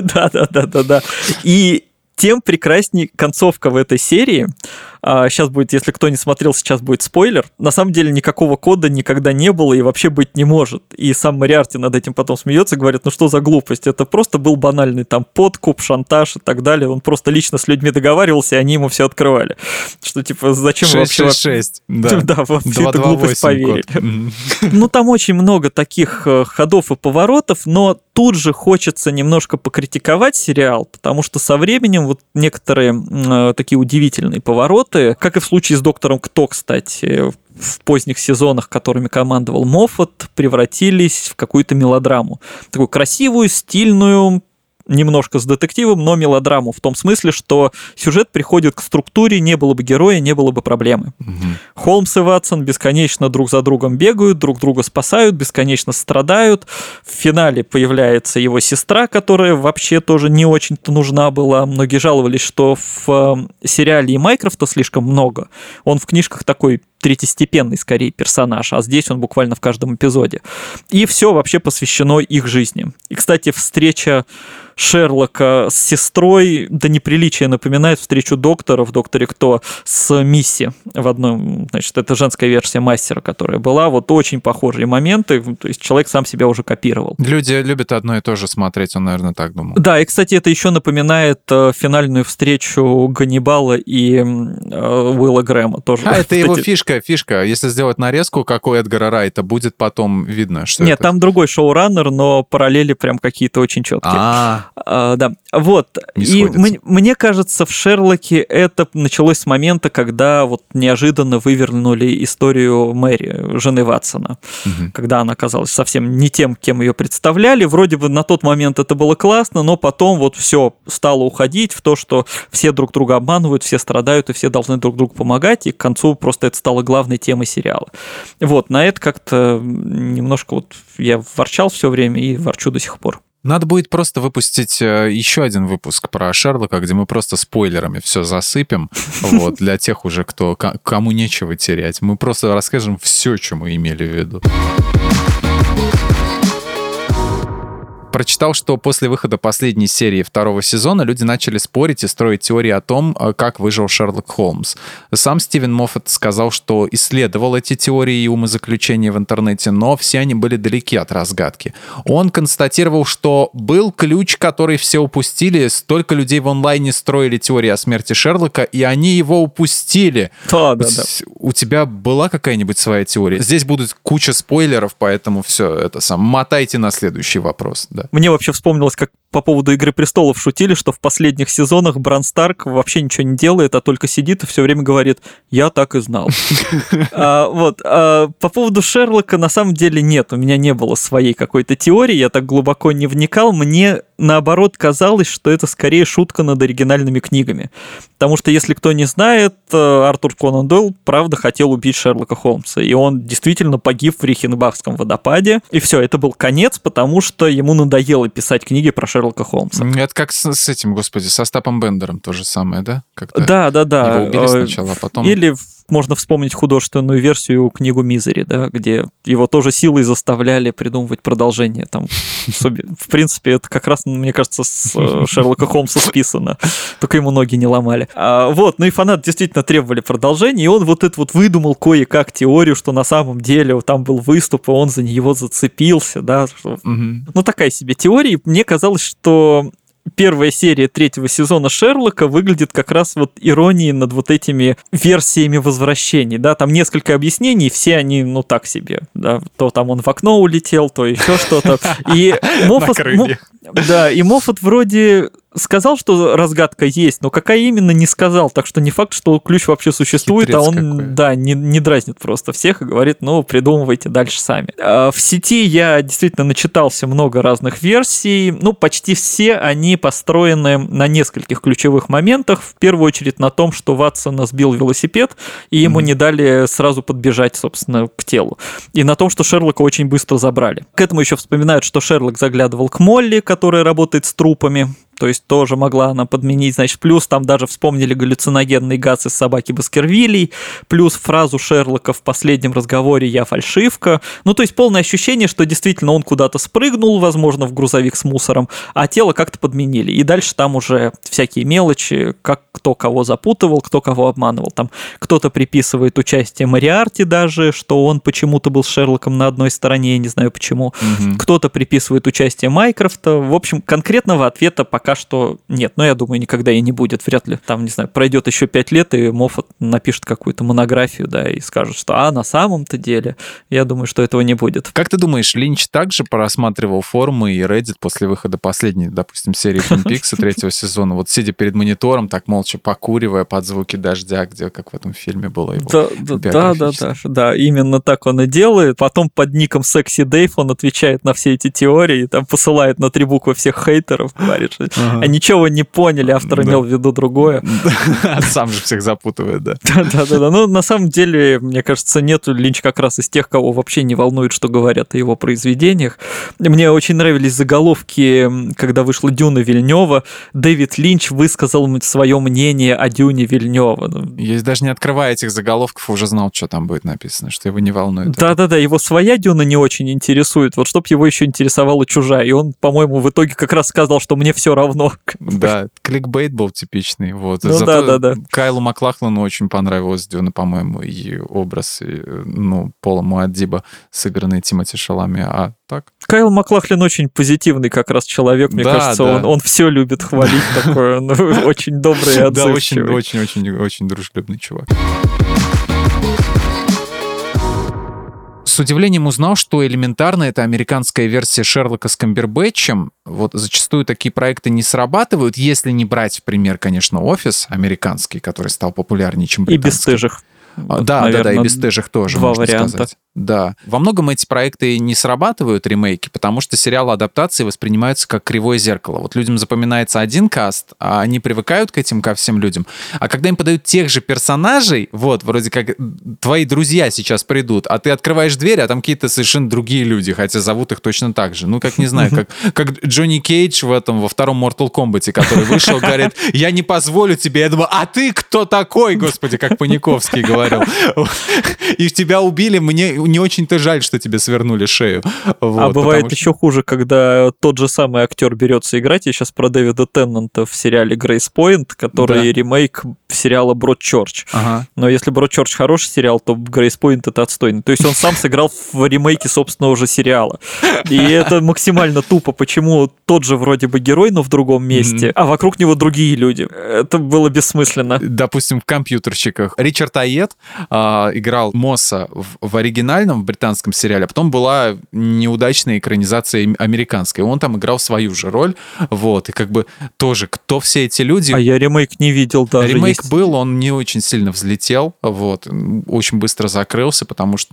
Да. И тем прекрасней концовка в этой серии. Сейчас будет, если кто не смотрел, сейчас будет спойлер. На самом деле никакого кода никогда не было и вообще быть не может. И сам Мориарти над этим потом смеется, говорит, ну что за глупость? Это просто был банальный там подкуп, шантаж и так далее. Он просто лично с людьми договаривался, и они ему все открывали. Что типа зачем 666, вообще... Да, во всю эту глупость поверили. Ну там очень много таких ходов и поворотов, но тут же хочется немножко покритиковать сериал, потому что со временем вот некоторые такие удивительные повороты, как и в случае с «Доктором Кто», кстати, в поздних сезонах, которыми командовал Моффат, превратились в какую-то мелодраму. Такую красивую, стильную, немножко с детективом, но мелодраму в том смысле, что сюжет приходит к структуре, не было бы героя, не было бы проблемы. Холмс и Ватсон бесконечно друг за другом бегают, друг друга спасают, бесконечно страдают. В финале появляется его сестра, которая вообще тоже не очень-то нужна была. Многие жаловались, что в сериале и Майкрофта слишком много. Он в книжках такой третьестепенный, скорее, персонаж, а здесь он буквально в каждом эпизоде. И все вообще посвящено их жизни. И, кстати, встреча Шерлока с сестрой до неприличия напоминает встречу доктора в «Докторе Кто» с Мисси в одном, значит, это женская версия Мастера, которая была, вот очень похожие моменты, то есть человек сам себя уже копировал. Люди любят одно и то же смотреть, он, наверное, так думал. Да, и, кстати, это еще напоминает финальную встречу Ганнибала и Уилла Грэма тоже. Это его фишка фишка. Если сделать нарезку, как у Эдгара Райта, будет потом видно, что Нет, это... там другой шоураннер, но параллели прям какие-то очень четкие. Да, вот. И мне кажется, в Шерлоке это началось с момента, когда вот неожиданно вывернули историю Мэри, жены Ватсона, когда она оказалась совсем не тем, кем ее представляли. Вроде бы на тот момент это было классно, но потом вот все стало уходить в то, что все друг друга обманывают, все страдают и все должны друг другу помогать, и к концу просто это стало главной темой сериала. Вот, на это как-то немножко вот я ворчал все время и ворчу до сих пор. Надо будет просто выпустить еще один выпуск про Шерлока, где мы просто спойлерами все засыпем, вот, для тех уже, кому нечего терять. Мы просто расскажем все, что мы имели в виду. Прочитал, что после выхода последней серии второго сезона люди начали спорить и строить теории о том, как выжил Шерлок Холмс. Сам Стивен Моффат сказал, что исследовал эти теории и умозаключения в интернете, но все они были далеки от разгадки. Он констатировал, что был ключ, который все упустили, столько людей в онлайне строили теории о смерти Шерлока, и они его упустили. Да. У тебя была какая-нибудь своя теория? Здесь будут куча спойлеров, поэтому все это мотайте на следующий вопрос. Да. Мне вообще вспомнилось, как по поводу «Игры престолов» шутили, что в последних сезонах Бран Старк вообще ничего не делает, а только сидит и все время говорит «я так и знал». По поводу Шерлока на самом деле нет, у меня не было своей какой-то теории, я так глубоко не вникал, мне наоборот казалось, что это скорее шутка над оригинальными книгами. Потому что, если кто не знает, Артур Конан Дойл правда хотел убить Шерлока Холмса, и он действительно погиб в Рихенбахском водопаде, и все, это был конец, потому что ему надоело писать книги про Шерлока Холмса. Это как с этим, господи, со Стапом Бендером то же самое, да? Да. Его убили сначала, а потом... Или можно вспомнить художественную версию книгу «Мизери», да, где его тоже силой заставляли придумывать продолжение. Там, в принципе, это как раз, мне кажется, с Шерлока Холмса списано. Только ему ноги не ломали. Ну и фанаты действительно требовали продолжения, и он вот это вот выдумал кое-как теорию, что на самом деле там был выступ, и он за него зацепился, да. Ну, такая себе теория. И мне казалось, что первая серия третьего сезона Шерлока выглядит как раз вот иронией над вот этими версиями возвращений, да, там несколько объяснений, все они, ну, так себе, да, то там он в окно улетел, то еще что-то, и Моффат вроде сказал, что разгадка есть, но какая именно, не сказал, так что не факт, что ключ вообще существует, хитрец а он, не дразнит просто всех и говорит, ну, придумывайте дальше сами. В сети я действительно начитался много разных версий, ну, почти все они построены на нескольких ключевых моментах, в первую очередь на том, что Ватсона сбил велосипед, и ему не дали сразу подбежать, собственно, к телу, и на том, что Шерлока очень быстро забрали. К этому еще вспоминают, что Шерлок заглядывал к Молли, которая работает с трупами, то есть тоже могла она подменить, значит, плюс там даже вспомнили галлюциногенный газ из собаки Баскервилей, плюс фразу Шерлока в последнем разговоре «я фальшивка». Ну, то есть полное ощущение, что действительно он куда-то спрыгнул, возможно, в грузовик с мусором, а тело как-то подменили. И дальше там уже всякие мелочи, как кто кого запутывал, кто кого обманывал. Там кто-то приписывает участие Мориарти даже, что он почему-то был с Шерлоком на одной стороне, я не знаю почему. Кто-то приписывает участие Майкрофта. В общем, конкретного ответа пока что нет, но я думаю, никогда и не будет, вряд ли. Там, не знаю, пройдет еще 5 лет, и Моффат напишет какую-то монографию, да, и скажет, что на самом-то деле, я думаю, что этого не будет. Как ты думаешь, Линч также просматривал форумы и Reddit после выхода последней, допустим, серии Twin Peaks третьего сезона, вот сидя перед монитором, так молча покуривая под звуки дождя, где, как в этом фильме было его Да, именно так он и делает. Потом под ником Sexy Dave он отвечает на все эти теории, там посылает на 3 буквы всех хейтеров, говорит, что а ничего не поняли, автор имел в виду другое. Сам же всех запутывает, да. Да. Ну, на самом деле, мне кажется, Линч как раз из тех, кого вообще не волнует, что говорят о его произведениях. Мне очень нравились заголовки, когда вышла «Дюна» Вильнёва. Дэвид Линч высказал свое мнение о «Дюне» Вильнёва. Я даже не открывая этих заголовков, уже знал, что там будет написано, что его не волнует. Да, его своя «Дюна» не очень интересует. Вот чтоб его еще интересовала чужая. И он, по-моему, в итоге как раз сказал, что мне все равно. Да, кликбейт был типичный. Вот. Ну, да. Кайлу Маклахлану очень понравилась «Дюна», по-моему, и образ Пола Муаддиба, сыгранный Тимоти Шаламе. А так? Кайл Маклахлин очень позитивный как раз человек, мне кажется, он все любит хвалить, такой, он очень добрый и отзывчивый. Да, очень дружелюбный чувак. с удивлением узнал, что элементарно это американская версия Шерлока с Камбербэтчем. Вот зачастую такие проекты не срабатывают, если не брать в пример, конечно, «Офис» американский, который стал популярнее, чем британский. И «Бесстыжих». Да, и «Бесстыжих» тоже, два можно варианта. сказать. Да. Во многом эти проекты не срабатывают, ремейки, потому что сериалы адаптации воспринимаются как кривое зеркало. Вот людям запоминается один каст, а они привыкают ко всем людям. А когда им подают тех же персонажей, вот, вроде как твои друзья сейчас придут, а ты открываешь дверь, а там какие-то совершенно другие люди, хотя зовут их точно так же. Ну, как, не знаю, как Джонни Кейдж во втором Mortal Kombat, который вышел, говорит, я не позволю тебе. Я думаю, а ты кто такой, господи, как Паниковский говорил. И тебя убили, мне не очень-то жаль, что тебе свернули шею. Вот, бывает еще хуже, когда тот же самый актер берется играть. Я сейчас про Дэвида Теннанта в сериале «Грейс Пойнт», который ремейк сериала «Бродчерч». Ага. Но если «Бродчерч» хороший сериал, то «Грейс Пойнт» — это отстойный. То есть он сам сыграл в ремейке собственного же сериала. И это максимально тупо. Почему тот же вроде бы герой, но в другом месте, а вокруг него другие люди? Это было бессмысленно. Допустим, в «Компьютерщиках» Ричард Айет играл Мосса в оригинальном британском сериале, а потом была неудачная экранизация американская. Он там играл свою же роль, вот, и как бы тоже, кто все эти люди... А я ремейк не видел даже. Ремейк был, он не очень сильно взлетел, вот, очень быстро закрылся, потому что,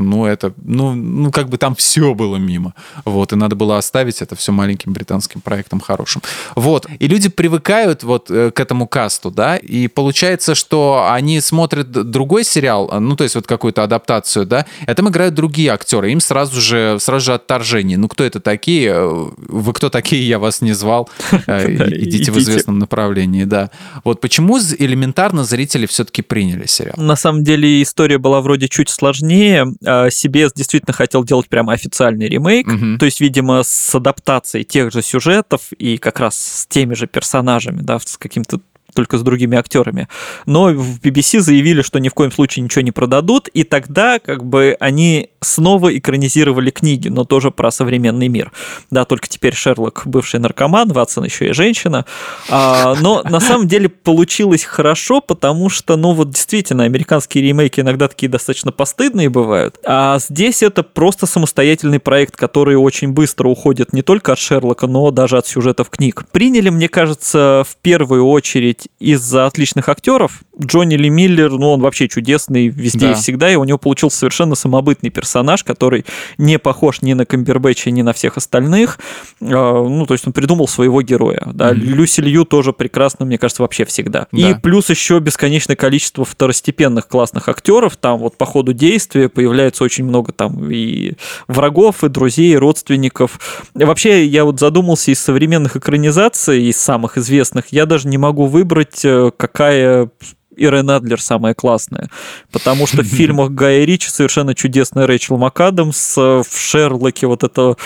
как бы там все было мимо, вот, и надо было оставить это все маленьким британским проектом хорошим. Вот, и люди привыкают вот к этому касту, да, и получается, что они смотрят другой сериал, то есть вот какую-то адаптацию, да, и там играют другие актеры, им сразу же отторжение. Ну, кто это такие? Вы кто такие? Я вас не звал. Идите в известном направлении, да. Вот почему элементарно зрители все-таки приняли сериал? На самом деле история была вроде чуть сложнее. CBS действительно хотел делать прямо официальный ремейк, то есть, видимо, с адаптацией тех же сюжетов и как раз с теми же персонажами, да, с каким-то только с другими актерами. Но в BBC заявили, что ни в коем случае ничего не продадут, и тогда как бы они снова экранизировали книги, но тоже про современный мир. Да, только теперь Шерлок бывший наркоман, Ватсон еще и женщина. Но на самом деле получилось хорошо, потому что, действительно, американские ремейки иногда такие достаточно постыдные бывают, а здесь это просто самостоятельный проект, который очень быстро уходит не только от Шерлока, но даже от сюжетов книг. Приняли, мне кажется, в первую очередь из-за отличных актеров. Джонни Ли Миллер, он вообще чудесный везде и всегда, и у него получился совершенно самобытный персонаж, который не похож ни на Камбербэтча, ни на всех остальных. То есть он придумал своего героя. Да. Люси Лью тоже прекрасно, мне кажется, вообще всегда. Да. И плюс еще бесконечное количество второстепенных классных актеров. Там вот по ходу действия появляется очень много там и врагов, и друзей, и родственников. Вообще, я вот задумался, из современных экранизаций, из самых известных, я даже не могу выбрать, какая Ирен Адлер самая классная, потому что в фильмах Гая Ричи совершенно чудесная Рэйчел МакАдамс, в Шерлоке вот эта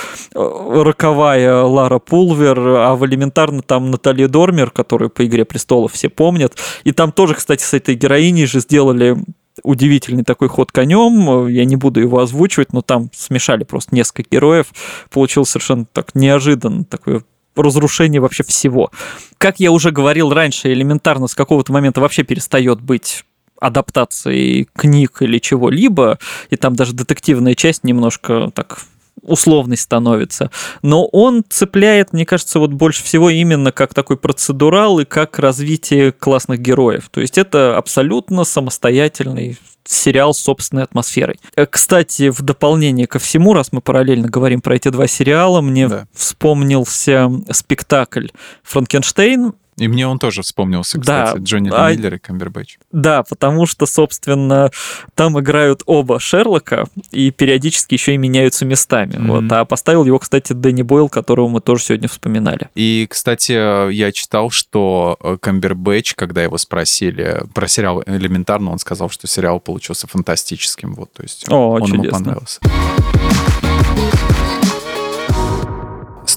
роковая Лара Пулвер, а в элементарно там Натали Дормер, которую по «Игре престолов» все помнят, и там тоже, кстати, с этой героиней же сделали удивительный такой ход конем, я не буду его озвучивать, но там смешали просто несколько героев, получилось совершенно так неожиданно, такое разрушение вообще всего. Как я уже говорил раньше, элементарно с какого-то момента вообще перестает быть адаптацией книг или чего-либо, и там даже детективная часть немножко так условной становится. Но он цепляет, мне кажется, вот больше всего именно как такой процедурал и как развитие классных героев. То есть это абсолютно самостоятельный сериал с собственной атмосферой. Кстати, в дополнение ко всему, раз мы параллельно говорим про эти два сериала, мне вспомнился спектакль «Франкенштейн». И мне он тоже вспомнился, кстати, Джонни Ли Миллер и Камбербэтч. Да, потому что, собственно, там играют оба Шерлока, и периодически еще и меняются местами. Вот. А поставил его, кстати, Дэнни Бойл, которого мы тоже сегодня вспоминали. И, кстати, я читал, что Камбербэтч, когда его спросили про сериал «Элементарно», он сказал, что сериал получился фантастическим. Вот, то есть он ему понравился.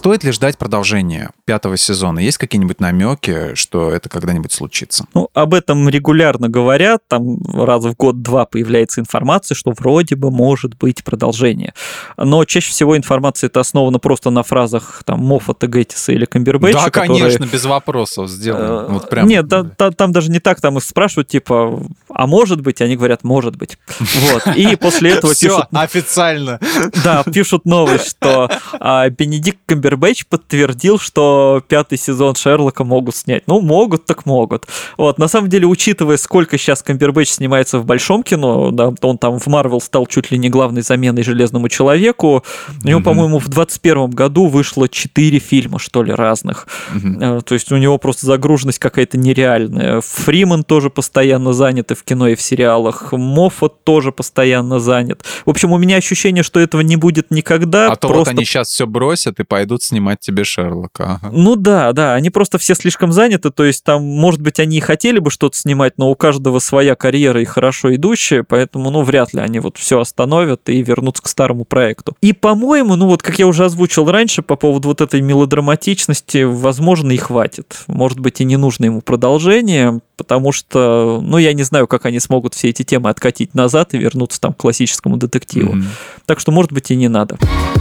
Стоит ли ждать продолжения 5-го сезона? Есть какие-нибудь намеки, что это когда-нибудь случится? Ну, об этом регулярно говорят, там раз в год-два появляется информация, что вроде бы может быть продолжение. Но чаще всего информация это основана просто на фразах там Моффата, Гэттиса или Камбербэтча. Да, конечно, без вопросов сделаем. Вот прям. Нет, там даже не так, там их спрашивают, типа, а может быть? Они говорят, может быть. Вот. И после этого пишут... официально. Да, пишут новость, что Бенедикт Камбербэтч подтвердил, что 5-й сезон Шерлока могут снять. Ну, могут, так могут. Вот. На самом деле, учитывая, сколько сейчас Камбербэтч снимается в большом кино, да, он там в Марвел стал чуть ли не главной заменой Железному человеку. У него, по-моему, в 2021 году вышло 4 фильма, что ли, разных. То есть у него просто загруженность какая-то нереальная. Фриман тоже постоянно занят и в кино, и в сериалах. Моффат тоже постоянно занят. В общем, у меня ощущение, что этого не будет никогда. А то вот они сейчас все бросят и пойдут снимать тебе Шерлока. Ага. Ну да, они просто все слишком заняты, то есть там, может быть, они и хотели бы что-то снимать, но у каждого своя карьера и хорошо идущая, поэтому, ну, вряд ли они вот все остановят и вернутся к старому проекту. И, по-моему, ну вот, как я уже озвучил раньше, по поводу вот этой мелодраматичности, возможно, и хватит. Может быть, и не нужно ему продолжение, потому что, ну, я не знаю, как они смогут все эти темы откатить назад и вернуться там к классическому детективу. Так что, может быть, и не надо.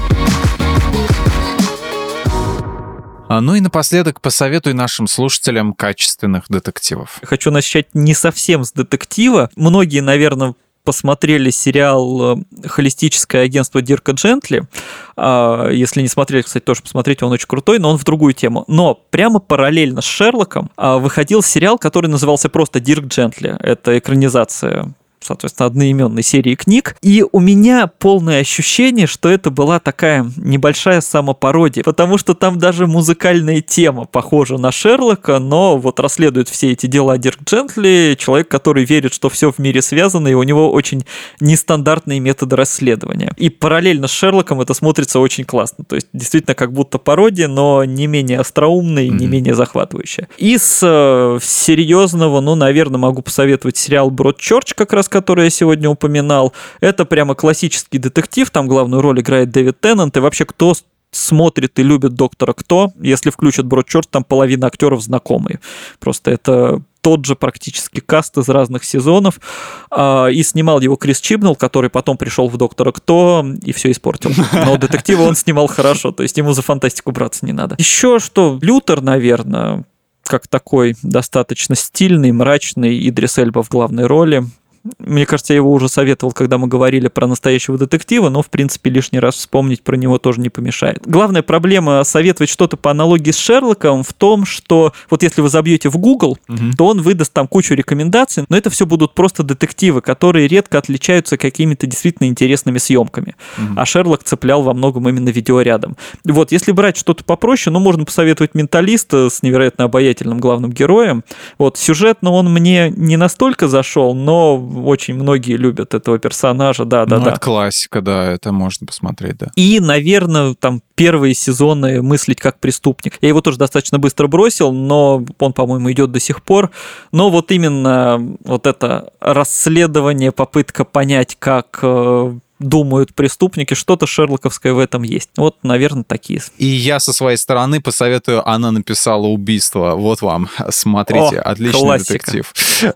Ну и напоследок посоветуй нашим слушателям качественных детективов. Хочу начать не совсем с детектива. Многие, наверное, посмотрели сериал «Холистическое агентство Дирка Джентли». Если не смотрели, кстати, тоже посмотрите, он очень крутой, но он в другую тему. Но прямо параллельно с Шерлоком выходил сериал, который назывался просто «Дирк Джентли». Это экранизация, соответственно, одноименной серии книг. И у меня полное ощущение, что это была такая небольшая самопародия, потому что там даже музыкальная тема похожа на Шерлока, но вот расследует все эти дела Дирк Джентли, человек, который верит, что все в мире связано, и у него очень нестандартные методы расследования. И параллельно с Шерлоком это смотрится очень классно. То есть действительно как будто пародия, но не менее остроумная и не менее захватывающая. Из серьезного, ну, наверное, могу посоветовать сериал «Бродчерч», как раз который я сегодня упоминал. Это прямо классический детектив, там главную роль играет Дэвид Теннант, и вообще кто смотрит и любит «Доктора Кто», если включат «Бродчерч», там половина актеров знакомые. Просто это тот же практически каст из разных сезонов. И снимал его Крис Чибнелл, который потом пришел в «Доктора Кто» и все испортил. Но детектива он снимал хорошо, то есть ему за фантастику браться не надо. Еще что, Лютер, наверное, как такой достаточно стильный, мрачный, Идрис Эльба в главной роли. Мне кажется, я его уже советовал, когда мы говорили про настоящего детектива, но, в принципе, лишний раз вспомнить про него тоже не помешает. Главная проблема советовать что-то по аналогии с Шерлоком в том, что вот если вы забьете в Google, то он выдаст там кучу рекомендаций, но это все будут просто детективы, которые редко отличаются какими-то действительно интересными съемками. А Шерлок цеплял во многом именно видеорядом. Вот, если брать что-то попроще, ну, можно посоветовать «Менталиста» с невероятно обаятельным главным героем. Вот, сюжетно он мне не настолько зашел, но очень многие любят этого персонажа, да. Это классика, да, это можно посмотреть, да. И, наверное, там первые сезоны «Мыслить как преступник». Я его тоже достаточно быстро бросил, но он, по-моему, идет до сих пор. Но вот именно вот это расследование, попытка понять, как думают преступники, что-то шерлоковское в этом есть. Вот, наверное, такие. И я со своей стороны посоветую «Она написала убийство». Вот вам, смотрите, отличный классика. Детектив.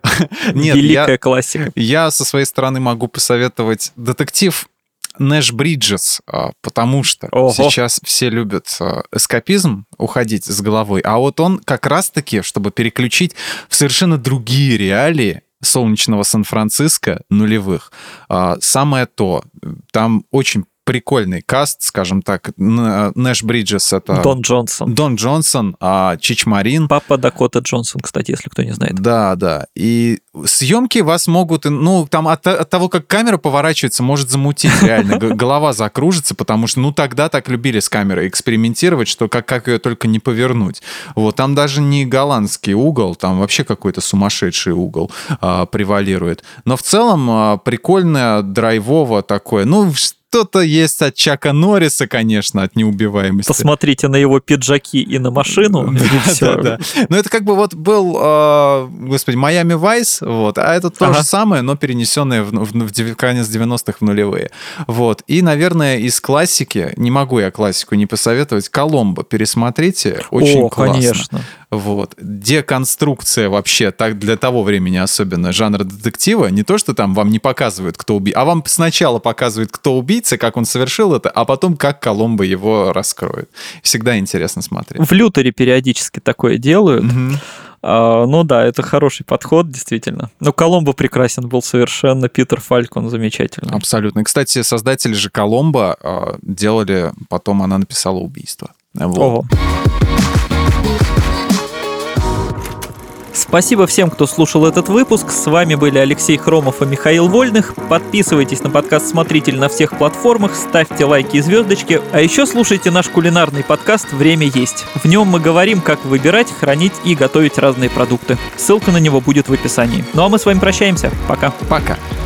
Великая классика. Я со своей стороны могу посоветовать детектив Нэш Бриджес, потому что сейчас все любят эскапизм, уходить с головой, а вот он как раз-таки, чтобы переключить в совершенно другие реалии солнечного Сан-Франциско нулевых. Самое то, там очень прикольный каст, скажем так. Нэш Бриджес — это... Дон Джонсон, Чич Марин. Папа Дакота Джонсон, кстати, если кто не знает. Да. И съемки вас могут... Ну, там от того, как камера поворачивается, может замутить реально. Голова закружится, потому что, тогда так любили с камерой экспериментировать, что как ее только не повернуть. Вот, там даже не голландский угол, там вообще какой-то сумасшедший угол превалирует. Но в целом прикольное, драйвово такое. что-то есть от Чака Норриса, конечно, от неубиваемости. Посмотрите на его пиджаки и на машину, и все. Да. Но это как бы вот был, господи, Майами Вайс, вот, а это то же самое, но перенесенное в конец 90-х в нулевые. Вот. И, наверное, из классики, не могу я классику не посоветовать, «Коломбо» пересмотрите, очень классно. Конечно. Вот. Деконструкция вообще, так для того времени особенно, жанра детектива, не то, что там вам не показывают, кто убийца, а вам сначала показывают, кто убийца, как он совершил это, а потом, как Коломбо его раскроет. Всегда интересно смотреть. В «Лютере» периодически такое делают. Ну да, это хороший подход, действительно. Но Коломбо прекрасен был совершенно, Питер Фалькон замечательный. Абсолютно. И, кстати, создатели же Коломбо делали, потом она написала «Убийство». Вот. Ого. Спасибо всем, кто слушал этот выпуск. С вами были Алексей Хромов и Михаил Вольных. Подписывайтесь на подкаст «Смотритель» на всех платформах, ставьте лайки и звездочки. А еще слушайте наш кулинарный подкаст «Время есть». В нем мы говорим, как выбирать, хранить и готовить разные продукты. Ссылка на него будет в описании. Ну а мы с вами прощаемся. Пока. Пока.